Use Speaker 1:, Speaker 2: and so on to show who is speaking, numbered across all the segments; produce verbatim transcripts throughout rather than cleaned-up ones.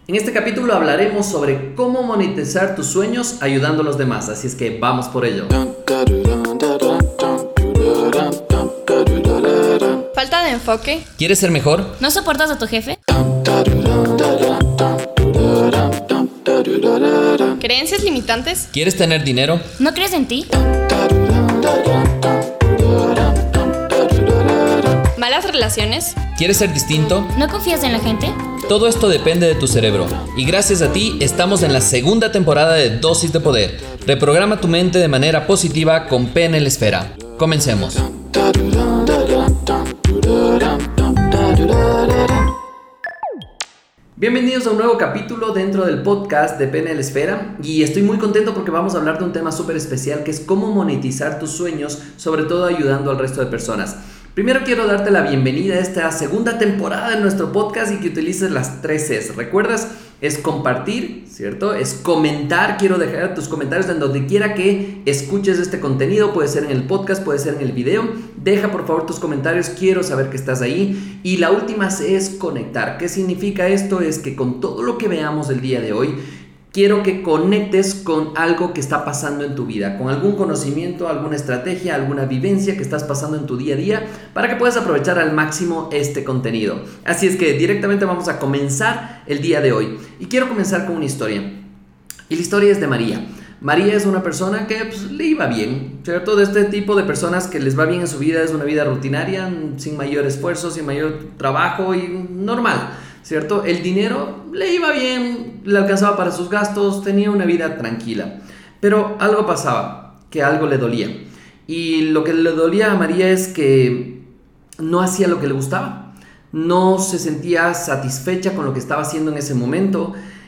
Speaker 1: En este capítulo hablaremos sobre cómo monetizar tus sueños ayudando a los demás, así es que vamos por ello.
Speaker 2: Falta de enfoque.
Speaker 1: ¿Quieres ser mejor?
Speaker 2: ¿No soportas a tu jefe? ¿Creencias limitantes?
Speaker 1: ¿Quieres tener dinero?
Speaker 2: ¿No crees en ti? ¿Malas relaciones?
Speaker 1: ¿Quieres ser distinto?
Speaker 2: ¿No confías en la gente?
Speaker 1: Todo esto depende de tu cerebro. Y gracias a ti estamos en la segunda temporada de Dosis de Poder. Reprograma tu mente de manera positiva con P N L Esfera. Comencemos. Bienvenidos a un nuevo capítulo dentro del podcast de P N L Esfera. Y estoy muy contento porque vamos a hablar de un tema súper especial que es cómo monetizar tus sueños, sobre todo ayudando al resto de personas. Primero quiero darte la bienvenida a esta segunda temporada de nuestro podcast y que utilices las tres Cs. ¿Recuerdas? Es compartir, ¿cierto? Es comentar. Quiero dejar tus comentarios en donde quiera que escuches este contenido. Puede ser en el podcast, puede ser en el video. Deja por favor tus comentarios. Quiero saber que estás ahí. Y la última C es conectar. ¿Qué significa esto? Es que con todo lo que veamos el día de hoy, quiero que conectes con algo que está pasando en tu vida, con algún conocimiento, alguna estrategia, alguna vivencia que estás pasando en tu día a día para que puedas aprovechar al máximo este contenido. Así es que directamente vamos a comenzar el día de hoy. Y quiero comenzar con una historia. Y la historia es de María. María es una persona que pues, le iba bien, ¿cierto? De este tipo de personas que les va bien en su vida, es una vida rutinaria, sin mayor esfuerzo, sin mayor trabajo y normal, ¿cierto? El dinero le iba bien, le alcanzaba para sus gastos, tenía una vida tranquila. Pero algo pasaba, que algo le dolía. Y lo que le dolía a María es que no hacía lo que le gustaba. No se sentía satisfecha con lo que estaba haciendo en ese momento,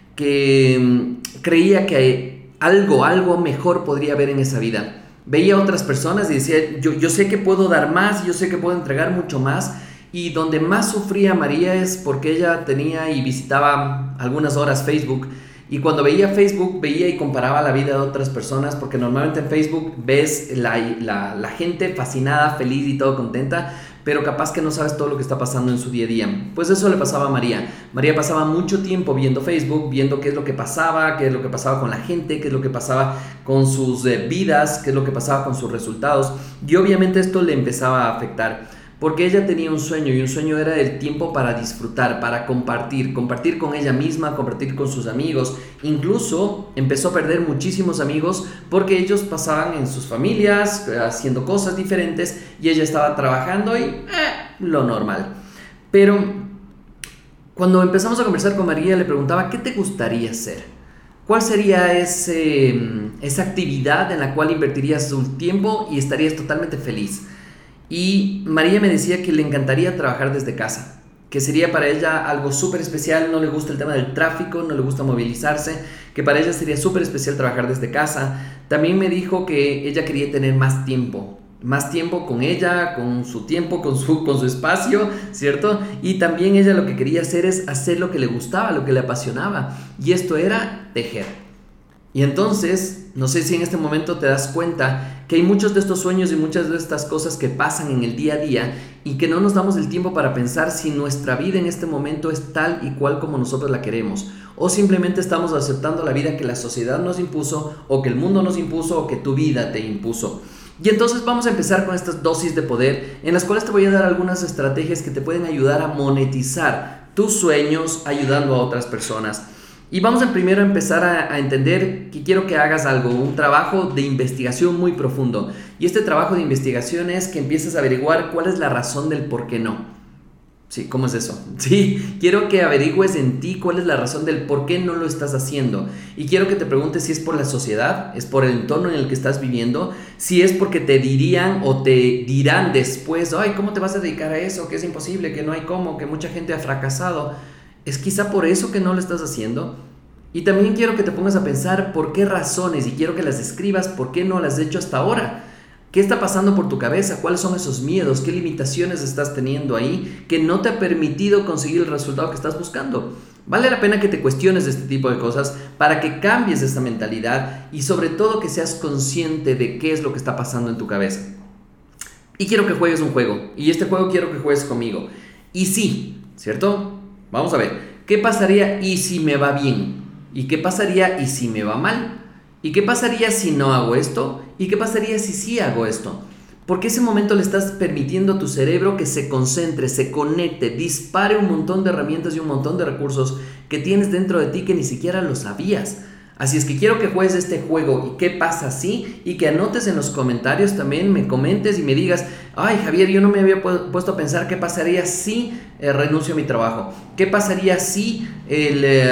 Speaker 1: que creía que algo, algo mejor podría haber en esa vida. Veía a otras personas y decía, yo, yo sé que puedo dar más, yo sé que puedo entregar mucho más. Y donde más sufría María es porque ella tenía y visitaba algunas horas Facebook. Y cuando veía Facebook, veía y comparaba la vida de otras personas, porque normalmente en Facebook ves la, la, la gente fascinada, feliz y todo contenta, pero capaz que no sabes todo lo que está pasando en su día a día. Pues eso le pasaba a María. María pasaba mucho tiempo viendo Facebook, viendo qué es lo que pasaba, qué es lo que pasaba con la gente, qué es lo que pasaba con sus eh, vidas, qué es lo que pasaba con sus resultados. Y obviamente esto le empezaba a afectar. Porque ella tenía un sueño y un sueño era el tiempo para disfrutar, para compartir, compartir con ella misma, compartir con sus amigos. Incluso empezó a perder muchísimos amigos porque ellos pasaban en sus familias haciendo cosas diferentes y ella estaba trabajando y eh, lo normal. Pero cuando empezamos a conversar con María le preguntaba ¿qué te gustaría hacer? ¿Cuál sería ese, esa actividad en la cual invertirías tu tiempo y estarías totalmente feliz? Y María me decía que le encantaría trabajar desde casa, que sería para ella algo súper especial. No le gusta el tema del tráfico, no le gusta movilizarse, que para ella sería súper especial trabajar desde casa. También me dijo que ella quería tener más tiempo, más tiempo con ella, con su tiempo, con su, con su espacio, ¿cierto? Y también ella lo que quería hacer es hacer lo que le gustaba, lo que le apasionaba, y esto era tejer. Y entonces, no sé si en este momento te das cuenta que hay muchos de estos sueños y muchas de estas cosas que pasan en el día a día y que no nos damos el tiempo para pensar si nuestra vida en este momento es tal y cual como nosotros la queremos, o simplemente estamos aceptando la vida que la sociedad nos impuso, o que el mundo nos impuso, o que tu vida te impuso. Y entonces vamos a empezar con estas dosis de poder, en las cuales te voy a dar algunas estrategias que te pueden ayudar a monetizar tus sueños ayudando a otras personas. Y vamos a primero a empezar a, a entender que quiero que hagas algo, un trabajo de investigación muy profundo. Y este trabajo de investigación es que empieces a averiguar cuál es la razón del por qué no. Sí, ¿cómo es eso? Sí, quiero que averigües en ti cuál es la razón del por qué no lo estás haciendo. Y quiero que te preguntes si es por la sociedad, es por el entorno en el que estás viviendo, si es porque te dirían o te dirán después, ay, ¿cómo te vas a dedicar a eso? Que es imposible, que no hay cómo, que mucha gente ha fracasado. ¿Es quizá por eso que no lo estás haciendo? Y también quiero que te pongas a pensar por qué razones, y quiero que las escribas, por qué no las has hecho hasta ahora. ¿Qué está pasando por tu cabeza? ¿Cuáles son esos miedos? ¿Qué limitaciones estás teniendo ahí que no te ha permitido conseguir el resultado que estás buscando? Vale la pena que te cuestiones de este tipo de cosas para que cambies esa mentalidad y sobre todo que seas consciente de qué es lo que está pasando en tu cabeza. Y quiero que juegues un juego, y este juego quiero que juegues conmigo. Y sí, ¿cierto? Vamos a ver. ¿Qué pasaría y si me va bien? ¿Y qué pasaría y si me va mal? ¿Y qué pasaría si no hago esto? ¿Y qué pasaría si sí hago esto? Porque ese momento le estás permitiendo a tu cerebro que se concentre, se conecte, dispare un montón de herramientas y un montón de recursos que tienes dentro de ti que ni siquiera lo sabías. Así es que quiero que juegues este juego y qué pasa si, y que anotes en los comentarios también, me comentes y me digas, ay Javier, yo no me había pu- puesto a pensar qué pasaría si eh, renuncio a mi trabajo, qué pasaría si el, eh,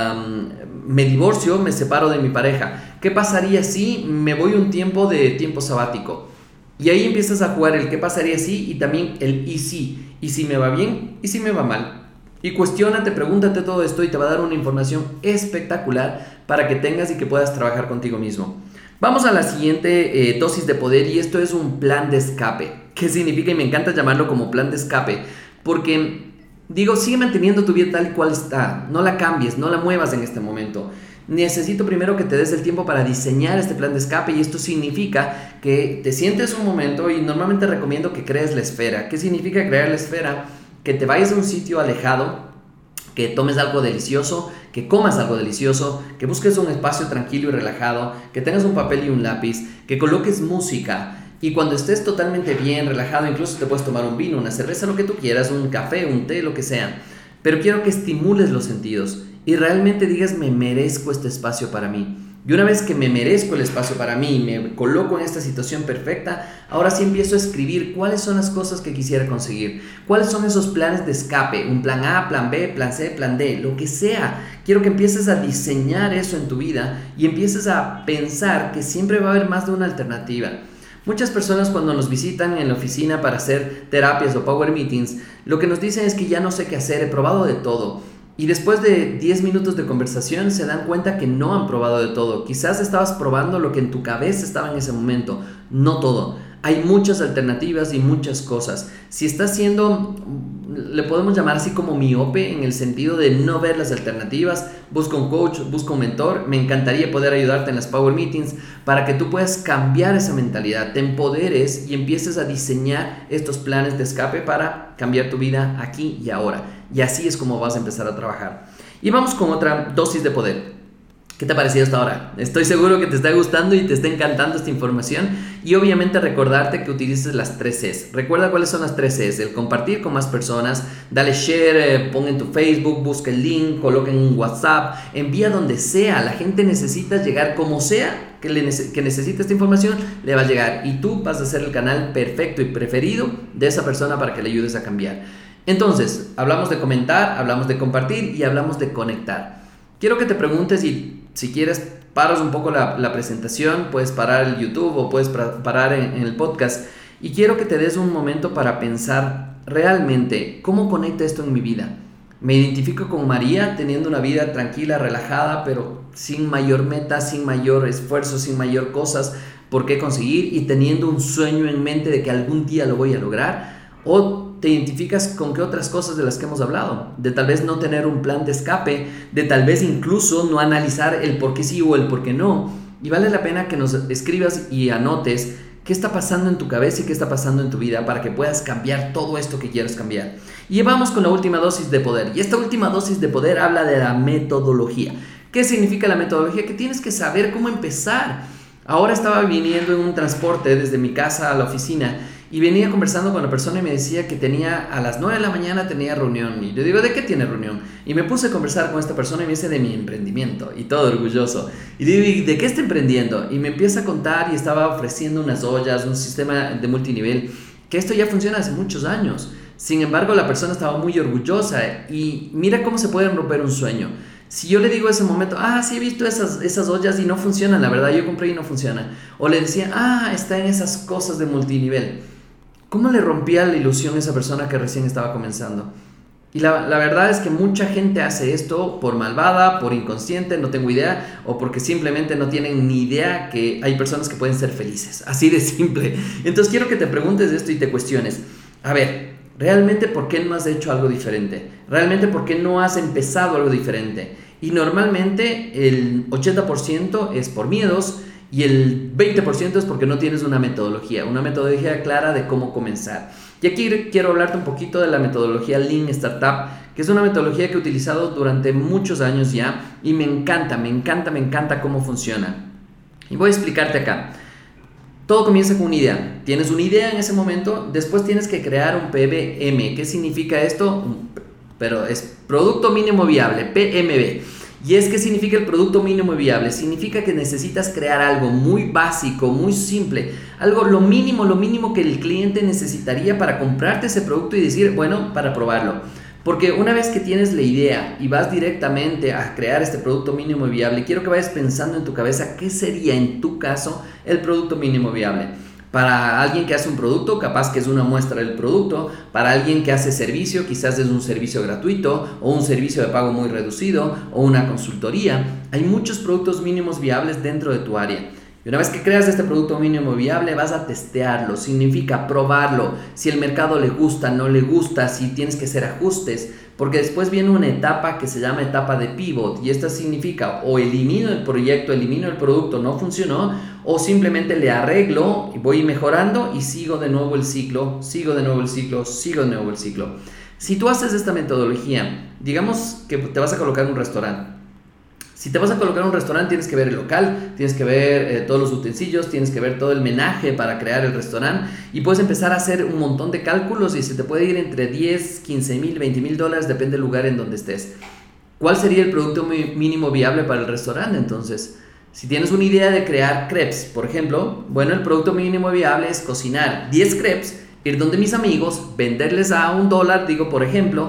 Speaker 1: me divorcio, me separo de mi pareja, qué pasaría si me voy un tiempo de tiempo sabático. Y ahí empiezas a jugar el qué pasaría si y también el y si, y si me va bien y si me va mal. Y cuestiónate, pregúntate todo esto y te va a dar una información espectacular para que tengas y que puedas trabajar contigo mismo. Vamos a la siguiente eh, dosis de poder, y esto es un plan de escape. ¿Qué significa? Y me encanta llamarlo como plan de escape, porque digo, sigue manteniendo tu vida tal y cual está, no la cambies, no la muevas en este momento. Necesito primero que te des el tiempo para diseñar este plan de escape, y esto significa que te sientes un momento, y normalmente recomiendo que crees la esfera. ¿Qué significa crear la esfera? Que te vayas a un sitio alejado, que tomes algo delicioso, que comas algo delicioso, que busques un espacio tranquilo y relajado, que tengas un papel y un lápiz, que coloques música, y cuando estés totalmente bien, relajado, incluso te puedes tomar un vino, una cerveza, lo que tú quieras, un café, un té, lo que sea, pero quiero que estimules los sentidos y realmente digas, me merezco este espacio para mí. Y una vez que me merezco el espacio para mí, me coloco en esta situación perfecta, ahora sí empiezo a escribir cuáles son las cosas que quisiera conseguir, cuáles son esos planes de escape, un plan A, plan B, plan C, plan D, lo que sea. Quiero que empieces a diseñar eso en tu vida y empieces a pensar que siempre va a haber más de una alternativa. Muchas personas cuando nos visitan en la oficina para hacer terapias o power meetings, lo que nos dicen es que ya no sé qué hacer, he probado de todo. Y después de diez minutos de conversación se dan cuenta que no han probado de todo. Quizás estabas probando lo que en tu cabeza estaba en ese momento, no todo. Hay muchas alternativas y muchas cosas. Si estás siendo, le podemos llamar así como miope, en el sentido de no ver las alternativas, busca un coach, busca un mentor. Me encantaría poder ayudarte en las Power Meetings para que tú puedas cambiar esa mentalidad, te empoderes y empieces a diseñar estos planes de escape para cambiar tu vida aquí y ahora. Y así es como vas a empezar a trabajar. Y vamos con otra dosis de poder. ¿Qué te ha parecido hasta ahora? Estoy seguro que te está gustando y te está encantando esta información, y obviamente recordarte que utilices las tres Cs. Recuerda cuáles son las tres Cs: el compartir con más personas, dale share, eh, pon en tu Facebook, busca el link, coloca en un WhatsApp, envía donde sea. La gente necesita llegar, como sea que, le nece- que necesite esta información, le va a llegar, y tú vas a ser el canal perfecto y preferido de esa persona para que le ayudes a cambiar. Entonces, hablamos de comentar, hablamos de compartir y hablamos de conectar. Quiero que te preguntes, y si quieres paras un poco la, la presentación, puedes parar el YouTube o puedes pra- parar en, en el podcast, y quiero que te des un momento para pensar realmente cómo conecta esto en mi vida. Me identifico con María teniendo una vida tranquila, relajada, pero sin mayor meta, sin mayor esfuerzo, sin mayor cosas por qué conseguir, y teniendo un sueño en mente de que algún día lo voy a lograr. O te identificas con qué otras cosas de las que hemos hablado, de tal vez no tener un plan de escape, de tal vez incluso no analizar el por qué sí o el por qué no. Y vale la pena que nos escribas y anotes qué está pasando en tu cabeza y qué está pasando en tu vida para que puedas cambiar todo esto que quieres cambiar. Y vamos con la última dosis de poder. Y esta última dosis de poder habla de la metodología. ¿Qué significa la metodología? Que tienes que saber cómo empezar. Ahora estaba viniendo en un transporte desde mi casa a la oficina, y venía conversando con la persona y me decía que tenía a las nueve de la mañana tenía reunión. Y yo digo, ¿de qué tiene reunión? Y me puse a conversar con esta persona y me dice de mi emprendimiento, y todo orgulloso. Y digo, ¿de qué está emprendiendo? Y me empieza a contar, y estaba ofreciendo unas ollas, un sistema de multinivel, que esto ya funciona hace muchos años. Sin embargo, la persona estaba muy orgullosa, y mira cómo se puede romper un sueño. Si yo le digo ese momento, ah, sí he visto esas, esas ollas y no funcionan, la verdad, yo compré y no funcionan. O le decía, ah, está en esas cosas de multinivel. ¿Cómo le rompía la ilusión a esa persona que recién estaba comenzando? Y la, la verdad es que mucha gente hace esto por malvada, por inconsciente, no tengo idea, o porque simplemente no tienen ni idea que hay personas que pueden ser felices. Así de simple. Entonces quiero que te preguntes esto y te cuestiones. A ver, ¿realmente por qué no has hecho algo diferente? ¿Realmente por qué no has empezado algo diferente? Y normalmente el ochenta por ciento es por miedos, y el veinte por ciento es porque no tienes una metodología, una metodología clara de cómo comenzar. Y aquí quiero hablarte un poquito de la metodología Lean Startup, que es una metodología que he utilizado durante muchos años ya y me encanta, me encanta, me encanta cómo funciona. Y voy a explicarte acá. Todo comienza con una idea. Tienes una idea en ese momento, después tienes que crear un P M V. ¿Qué significa esto? Pero es Producto Mínimo Viable, P M V. Y es que significa el producto mínimo viable, significa que necesitas crear algo muy básico, muy simple, algo lo mínimo, lo mínimo que el cliente necesitaría para comprarte ese producto y decir, bueno, para probarlo. Porque una vez que tienes la idea y vas directamente a crear este producto mínimo viable, quiero que vayas pensando en tu cabeza qué sería en tu caso el producto mínimo viable. Para alguien que hace un producto, capaz que es una muestra del producto. Para alguien que hace servicio, quizás es un servicio gratuito o un servicio de pago muy reducido o una consultoría. Hay muchos productos mínimos viables dentro de tu área. Y una vez que creas este producto mínimo viable, vas a testearlo. Significa probarlo. Si el mercado le gusta, no le gusta, si tienes que hacer ajustes. Porque después viene una etapa que se llama etapa de pivot. Y esta significa o elimino el proyecto, elimino el producto, no funcionó. O simplemente le arreglo y voy mejorando y sigo de nuevo el ciclo, sigo de nuevo el ciclo, sigo de nuevo el ciclo. Si tú haces esta metodología, digamos que te vas a colocar en un restaurante. Si te vas a colocar en un restaurante, tienes que ver el local, tienes que ver eh, todos los utensilios, tienes que ver todo el menaje para crear el restaurante y puedes empezar a hacer un montón de cálculos y se te puede ir entre diez, quince mil, veinte mil dólares, depende del lugar en donde estés. ¿Cuál sería el producto mínimo viable para el restaurante entonces? Si tienes una idea de crear crepes, por ejemplo, bueno, el producto mínimo viable es cocinar diez crepes, ir donde mis amigos, venderles a un dólar, digo por ejemplo,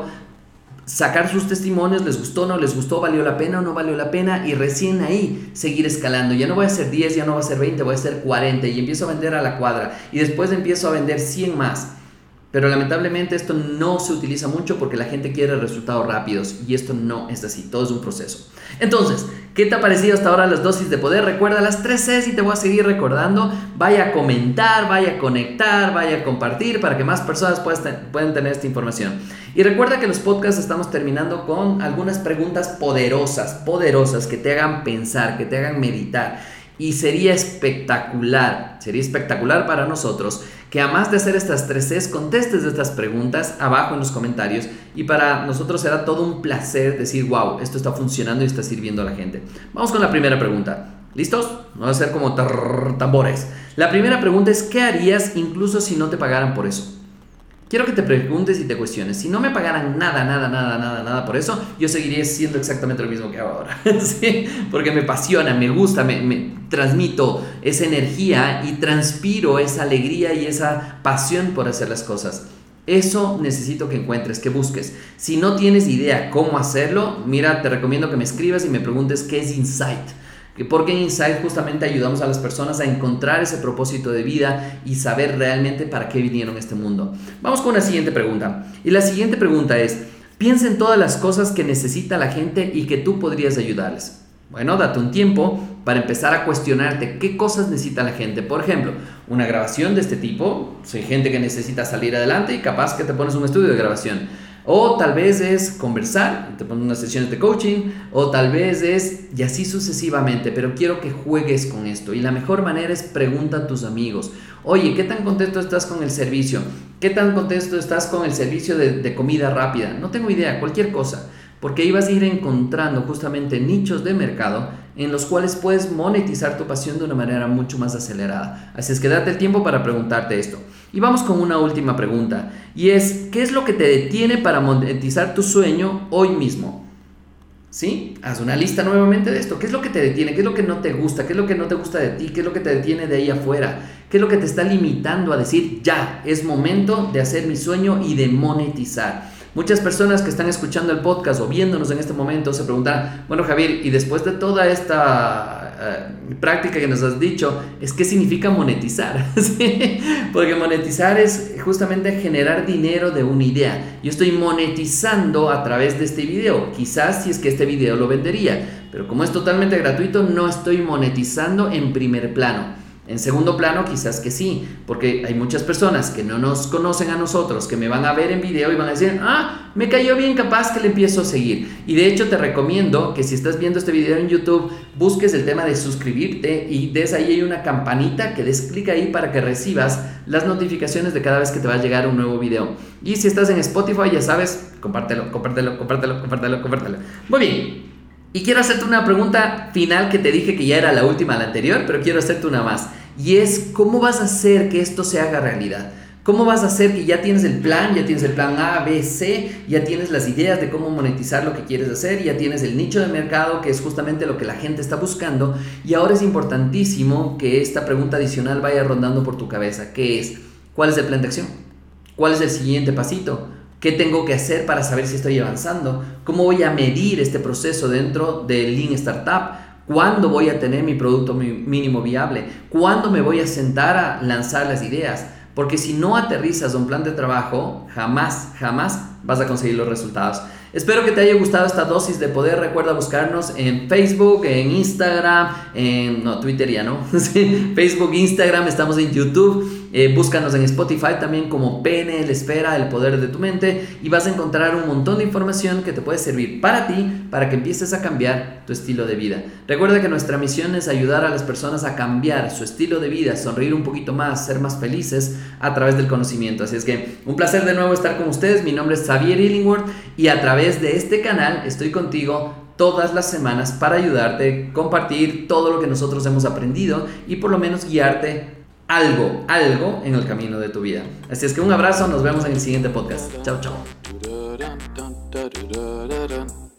Speaker 1: sacar sus testimonios, les gustó, no les gustó, valió la pena o no valió la pena y recién ahí seguir escalando. Ya no voy a hacer diez, ya no voy a hacer veinte, voy a hacer cuarenta y empiezo a vender a la cuadra y después empiezo a vender cien más. Pero lamentablemente esto no se utiliza mucho porque la gente quiere resultados rápidos y esto no es así, todo es un proceso. Entonces, ¿qué te ha parecido hasta ahora las dosis de poder? Recuerda las tres Cs y te voy a seguir recordando. Vaya a comentar, vaya a conectar, vaya a compartir para que más personas puedan tener esta información. Y recuerda que los podcasts estamos terminando con algunas preguntas poderosas, poderosas que te hagan pensar, que te hagan meditar. Y sería espectacular, sería espectacular para nosotros que además de hacer estas tres Cs, contestes estas preguntas abajo en los comentarios y para nosotros será todo un placer decir, wow, esto está funcionando y está sirviendo a la gente. Vamos con la primera pregunta. ¿Listos? No va a ser como tar- tambores. La primera pregunta es, ¿qué harías incluso si no te pagaran por eso? Quiero que te preguntes y te cuestiones. Si no me pagaran nada, nada, nada, nada, nada por eso, yo seguiría siendo exactamente lo mismo que hago ahora. ¿Sí? Porque me apasiona, me gusta, me, me transmito esa energía y transpiro esa alegría y esa pasión por hacer las cosas. Eso necesito que encuentres, que busques. Si no tienes idea cómo hacerlo, mira, te recomiendo que me escribas y me preguntes qué es Insight. Porque en Insight justamente ayudamos a las personas a encontrar ese propósito de vida y saber realmente para qué vinieron a este mundo. Vamos con la siguiente pregunta. Y la siguiente pregunta es, piensa en todas las cosas que necesita la gente y que tú podrías ayudarles. Bueno, date un tiempo para empezar a cuestionarte qué cosas necesita la gente. Por ejemplo, una grabación de este tipo. Hay gente que necesita salir adelante y capaz que te pones un estudio de grabación. O tal vez es conversar, te pones unas sesiones de coaching, o tal vez es, y así sucesivamente, pero quiero que juegues con esto. Y la mejor manera es pregunta a tus amigos. Oye, ¿qué tan contento estás con el servicio? ¿Qué tan contento estás con el servicio de, de comida rápida? No tengo idea, cualquier cosa. Porque ahí vas a ir encontrando justamente nichos de mercado en los cuales puedes monetizar tu pasión de una manera mucho más acelerada. Así es que date el tiempo para preguntarte esto. Y vamos con una última pregunta. Y es, ¿qué es lo que te detiene para monetizar tu sueño hoy mismo? ¿Sí? Haz una lista nuevamente de esto. ¿Qué es lo que te detiene? ¿Qué es lo que no te gusta? ¿Qué es lo que no te gusta de ti? ¿Qué es lo que te detiene de ahí afuera? ¿Qué es lo que te está limitando a decir, ya, es momento de hacer mi sueño y de monetizar? Muchas personas que están escuchando el podcast o viéndonos en este momento se preguntan, bueno Javier, y después de toda esta uh, práctica que nos has dicho, ¿es qué significa monetizar? ¿Sí? Porque monetizar es justamente generar dinero de una idea. Yo estoy monetizando a través de este video, quizás si es que este video lo vendería, pero como es totalmente gratuito, no estoy monetizando en primer plano. En segundo plano, quizás que sí, porque hay muchas personas que no nos conocen a nosotros, que me van a ver en video y van a decir, ah, me cayó bien, capaz que le empiezo a seguir. Y de hecho te recomiendo que si estás viendo este video en YouTube, busques el tema de suscribirte y des ahí hay una campanita que des clic ahí para que recibas las notificaciones de cada vez que te va a llegar un nuevo video. Y si estás en Spotify, ya sabes, compártelo, compártelo, compártelo, compártelo, compártelo. Muy bien. Y quiero hacerte una pregunta final que te dije que ya era la última, la anterior, pero quiero hacerte una más. Y es, ¿cómo vas a hacer que esto se haga realidad? ¿Cómo vas a hacer que ya tienes el plan, ya tienes el plan A, B, C, ya tienes las ideas de cómo monetizar lo que quieres hacer, ya tienes el nicho de mercado, que es justamente lo que la gente está buscando? Y ahora es importantísimo que esta pregunta adicional vaya rondando por tu cabeza, que es, ¿cuál es el plan de acción? ¿Cuál es el siguiente pasito? ¿Qué tengo que hacer para saber si estoy avanzando? ¿Cómo voy a medir este proceso dentro del Lean Startup? ¿Cuándo voy a tener mi producto mínimo viable? ¿Cuándo me voy a sentar a lanzar las ideas? Porque si no aterrizas un plan de trabajo, jamás, jamás vas a conseguir los resultados. Espero que te haya gustado esta dosis de poder. Recuerda buscarnos en Facebook, en Instagram, en no, Twitter ya no. Facebook, Instagram, estamos en YouTube. Eh, búscanos en Spotify también como P N L Esfera, el poder de tu mente, y vas a encontrar un montón de información que te puede servir para ti, para que empieces a cambiar tu estilo de vida. Recuerda que nuestra misión es ayudar a las personas a cambiar su estilo de vida, sonreír un poquito más, ser más felices a través del conocimiento. Así es que un placer de nuevo estar con ustedes. Mi nombre es Xavier Illingworth y a través de este canal estoy contigo todas las semanas para ayudarte, compartir todo lo que nosotros hemos aprendido y por lo menos guiarte algo, algo en el camino de tu vida. Así es que un abrazo, nos vemos en el siguiente podcast. Chao, chao.